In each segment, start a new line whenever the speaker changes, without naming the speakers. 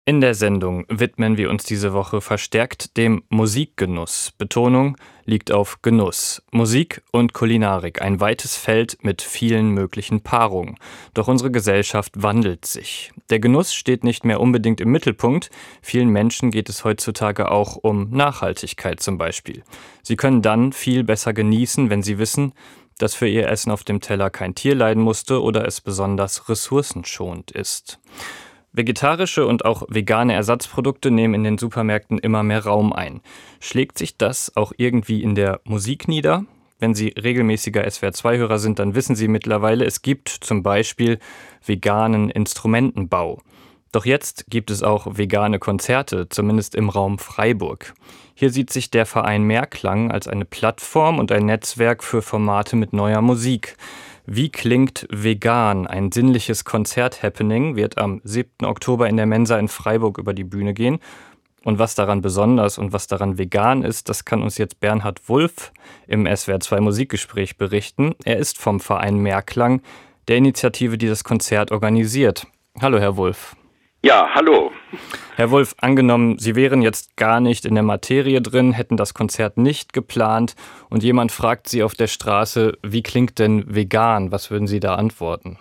In der Sendung widmen wir uns diese Woche verstärkt dem Musikgenuss. Betonung liegt auf Genuss. Musik und Kulinarik, ein weites Feld mit vielen möglichen Paarungen. Doch unsere Gesellschaft wandelt sich. Der Genuss steht nicht mehr unbedingt im Mittelpunkt. Vielen Menschen geht es heutzutage auch um Nachhaltigkeit zum Beispiel. Sie können dann viel besser genießen, wenn sie wissen, dass für ihr Essen auf dem Teller kein Tier leiden musste oder es besonders ressourcenschonend ist. Vegetarische und auch vegane Ersatzprodukte nehmen in den Supermärkten immer mehr Raum ein. Schlägt sich das auch irgendwie in der Musik nieder? Wenn Sie regelmäßiger SWR2-Hörer sind, dann wissen Sie mittlerweile, es gibt zum Beispiel veganen Instrumentenbau. Doch jetzt gibt es auch vegane Konzerte, zumindest im Raum Freiburg. Hier sieht sich der Verein Mehrklang als eine Plattform und ein Netzwerk für Formate mit neuer Musik. Wie klingt vegan? Ein sinnliches Konzert-Happening wird am 7. Oktober in der Mensa in Freiburg über die Bühne gehen. Und was daran besonders und was daran vegan ist, das kann uns jetzt Bernhard Wulff im SWR2 Musikgespräch berichten. Er ist vom Verein Mehrklang, der Initiative, die das Konzert organisiert. Hallo, Herr Wulff.
Ja, hallo.
Herr Wulff, angenommen, Sie wären jetzt gar nicht in der Materie drin, hätten das Konzert nicht geplant und jemand fragt Sie auf der Straße, wie klingt denn vegan? Was würden Sie da antworten?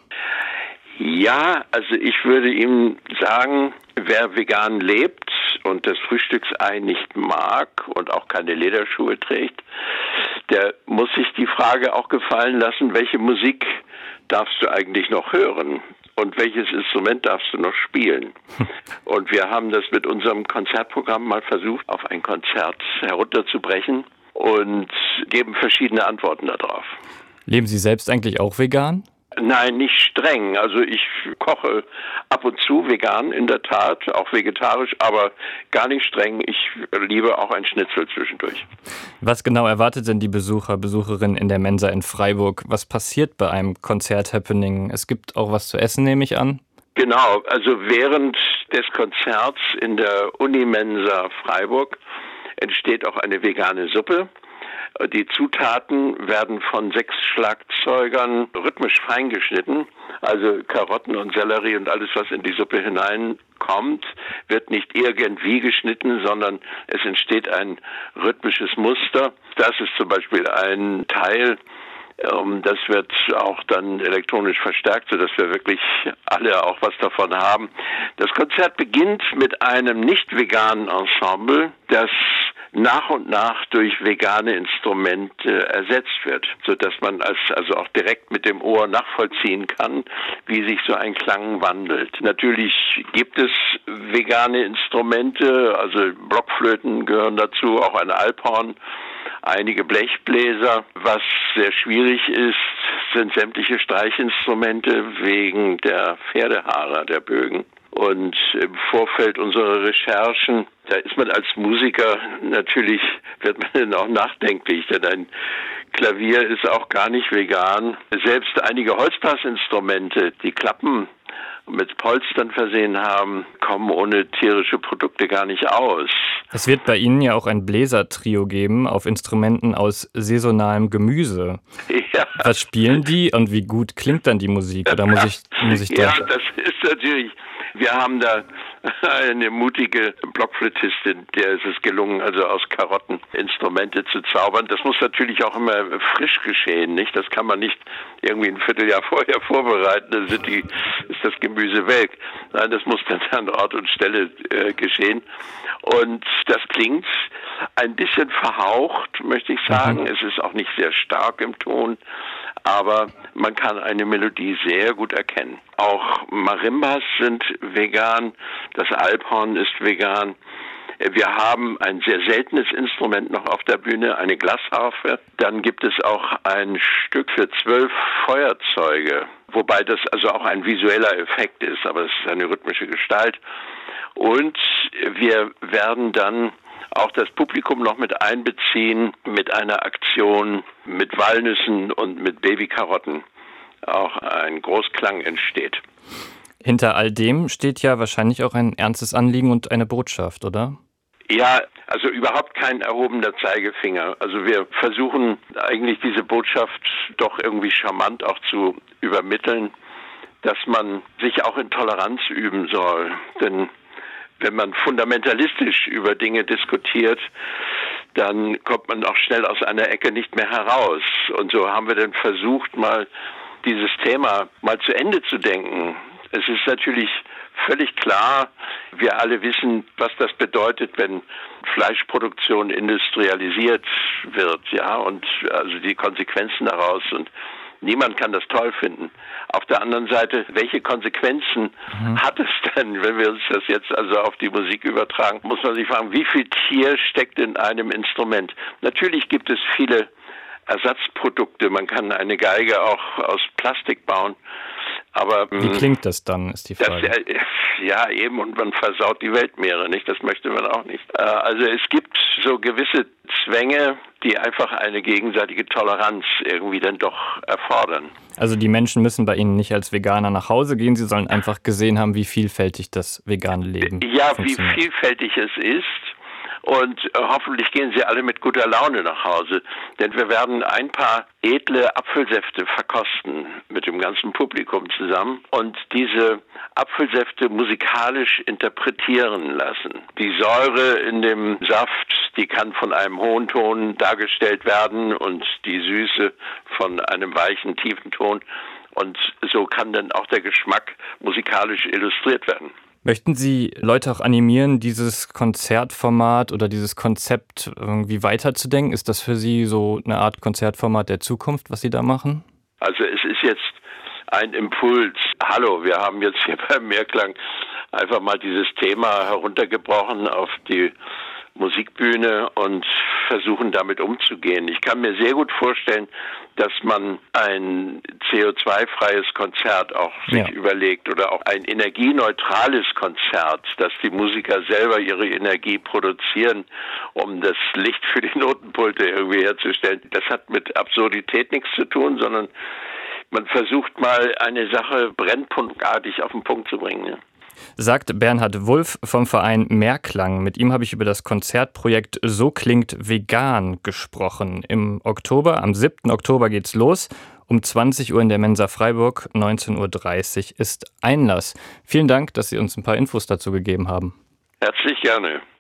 Ja, also ich würde ihm sagen, wer vegan lebt und das Frühstücksei nicht mag und auch keine Lederschuhe trägt, der muss sich die Frage auch gefallen lassen, welche Musik darfst du eigentlich noch hören? Und welches Instrument darfst du noch spielen? Und wir haben das mit unserem Konzertprogramm mal versucht, auf ein Konzert herunterzubrechen und geben verschiedene Antworten darauf.
Leben Sie selbst eigentlich auch vegan?
Nein, nicht streng. Also ich koche ab und zu vegan, in der Tat, auch vegetarisch, aber gar nicht streng. Ich liebe auch ein Schnitzel zwischendurch.
Was genau erwartet denn die Besucherinnen in der Mensa in Freiburg? Was passiert bei einem Konzert-Happening? Es gibt auch was zu essen, nehme ich an?
Genau, also während des Konzerts in der Unimensa Freiburg entsteht auch eine vegane Suppe. Die Zutaten werden von 6 Schlagzeugern rhythmisch feingeschnitten. Also Karotten und Sellerie und alles, was in die Suppe hineinkommt, wird nicht irgendwie geschnitten, sondern es entsteht ein rhythmisches Muster. Das ist zum Beispiel ein Teil, das wird auch dann elektronisch verstärkt, sodass wir wirklich alle auch was davon haben. Das Konzert beginnt mit einem nicht veganen Ensemble, das nach und nach durch vegane Instrumente ersetzt wird, sodass man also auch direkt mit dem Ohr nachvollziehen kann, wie sich so ein Klang wandelt. Natürlich gibt es vegane Instrumente, also Blockflöten gehören dazu, auch ein Alphorn, einige Blechbläser. Was sehr schwierig ist, sind sämtliche Streichinstrumente wegen der Pferdehaare, der Bögen. Und im Vorfeld unserer Recherchen, da ist man als Musiker natürlich, wird man dann auch nachdenklich, denn ein Klavier ist auch gar nicht vegan. Selbst einige Holzblasinstrumente, die Klappen mit Polstern versehen haben, kommen ohne tierische Produkte gar nicht aus.
Es wird bei Ihnen ja auch ein Bläsertrio geben auf Instrumenten aus saisonalem Gemüse.
Ja.
Was spielen die und wie gut klingt dann die Musik? Oder muss ich da?
Ja, das ist natürlich. Wir haben da eine mutige Blockflötistin, der ist es gelungen, also aus Karotten Instrumente zu zaubern. Das muss natürlich auch immer frisch geschehen, nicht? Das kann man nicht irgendwie ein Vierteljahr vorher vorbereiten, dann ist das Gemüse weg. Nein, das muss dann an Ort und Stelle geschehen. Und das klingt ein bisschen verhaucht, möchte ich sagen. Es ist auch nicht sehr stark im Ton, aber man kann eine Melodie sehr gut erkennen. Auch Marimbas sind vegan, das Alphorn ist vegan. Wir haben ein sehr seltenes Instrument noch auf der Bühne, eine Glasharfe. Dann gibt es auch ein Stück für 12 Feuerzeuge, wobei das also auch ein visueller Effekt ist, aber es ist eine rhythmische Gestalt. Und wir werden dann auch das Publikum noch mit einbeziehen mit einer Aktion mit Walnüssen und mit Babykarotten. Auch ein Großklang entsteht.
Hinter all dem steht ja wahrscheinlich auch ein ernstes Anliegen und eine Botschaft, oder?
Ja, also überhaupt kein erhobener Zeigefinger. Also wir versuchen eigentlich diese Botschaft doch irgendwie charmant auch zu übermitteln, dass man sich auch in Toleranz üben soll. Denn wenn man fundamentalistisch über Dinge diskutiert, dann kommt man auch schnell aus einer Ecke nicht mehr heraus. Und so haben wir dann versucht, mal dieses Thema mal zu Ende zu denken. Es ist natürlich völlig klar, wir alle wissen, was das bedeutet, wenn Fleischproduktion industrialisiert wird, ja, und also die Konsequenzen daraus, und niemand kann das toll finden. Auf der anderen Seite, welche Konsequenzen hat es denn, wenn wir uns das jetzt also auf die Musik übertragen, muss man sich fragen, wie viel Tier steckt in einem Instrument? Natürlich gibt es viele Ersatzprodukte, man kann eine Geige auch aus Plastik bauen, aber
wie klingt das dann, ist die Frage.
Ja, eben, und man versaut die Weltmeere, nicht? Das möchte man auch nicht. Also es gibt so gewisse Zwänge, die einfach eine gegenseitige Toleranz irgendwie dann doch erfordern.
Also die Menschen müssen bei Ihnen nicht als Veganer nach Hause gehen, sie sollen einfach gesehen haben, wie vielfältig das vegane Leben funktioniert.
Wie vielfältig es ist. Und hoffentlich gehen Sie alle mit guter Laune nach Hause, denn wir werden ein paar edle Apfelsäfte verkosten mit dem ganzen Publikum zusammen und diese Apfelsäfte musikalisch interpretieren lassen. Die Säure in dem Saft, die kann von einem hohen Ton dargestellt werden und die Süße von einem weichen, tiefen Ton. Und so kann dann auch der Geschmack musikalisch illustriert werden.
Möchten Sie Leute auch animieren, dieses Konzertformat oder dieses Konzept irgendwie weiterzudenken? Ist das für Sie so eine Art Konzertformat der Zukunft, was Sie da machen?
Also es ist jetzt ein Impuls. Hallo, wir haben jetzt hier beim Mehrklang einfach mal dieses Thema heruntergebrochen auf die Musikbühne und versuchen damit umzugehen. Ich kann mir sehr gut vorstellen, dass man ein CO2-freies Konzert auch sich überlegt oder auch ein energieneutrales Konzert, dass die Musiker selber ihre Energie produzieren, um das Licht für die Notenpulte irgendwie herzustellen. Das hat mit Absurdität nichts zu tun, sondern man versucht mal eine Sache brennpunktartig auf den Punkt zu bringen. Ja.
Sagt Bernhard Wulff vom Verein Mehrklang. Mit ihm habe ich über das Konzertprojekt So klingt vegan gesprochen. Im Oktober, am 7. Oktober geht's los. Um 20 Uhr in der Mensa Freiburg, 19.30 Uhr ist Einlass. Vielen Dank, dass Sie uns ein paar Infos dazu gegeben haben.
Herzlich gerne.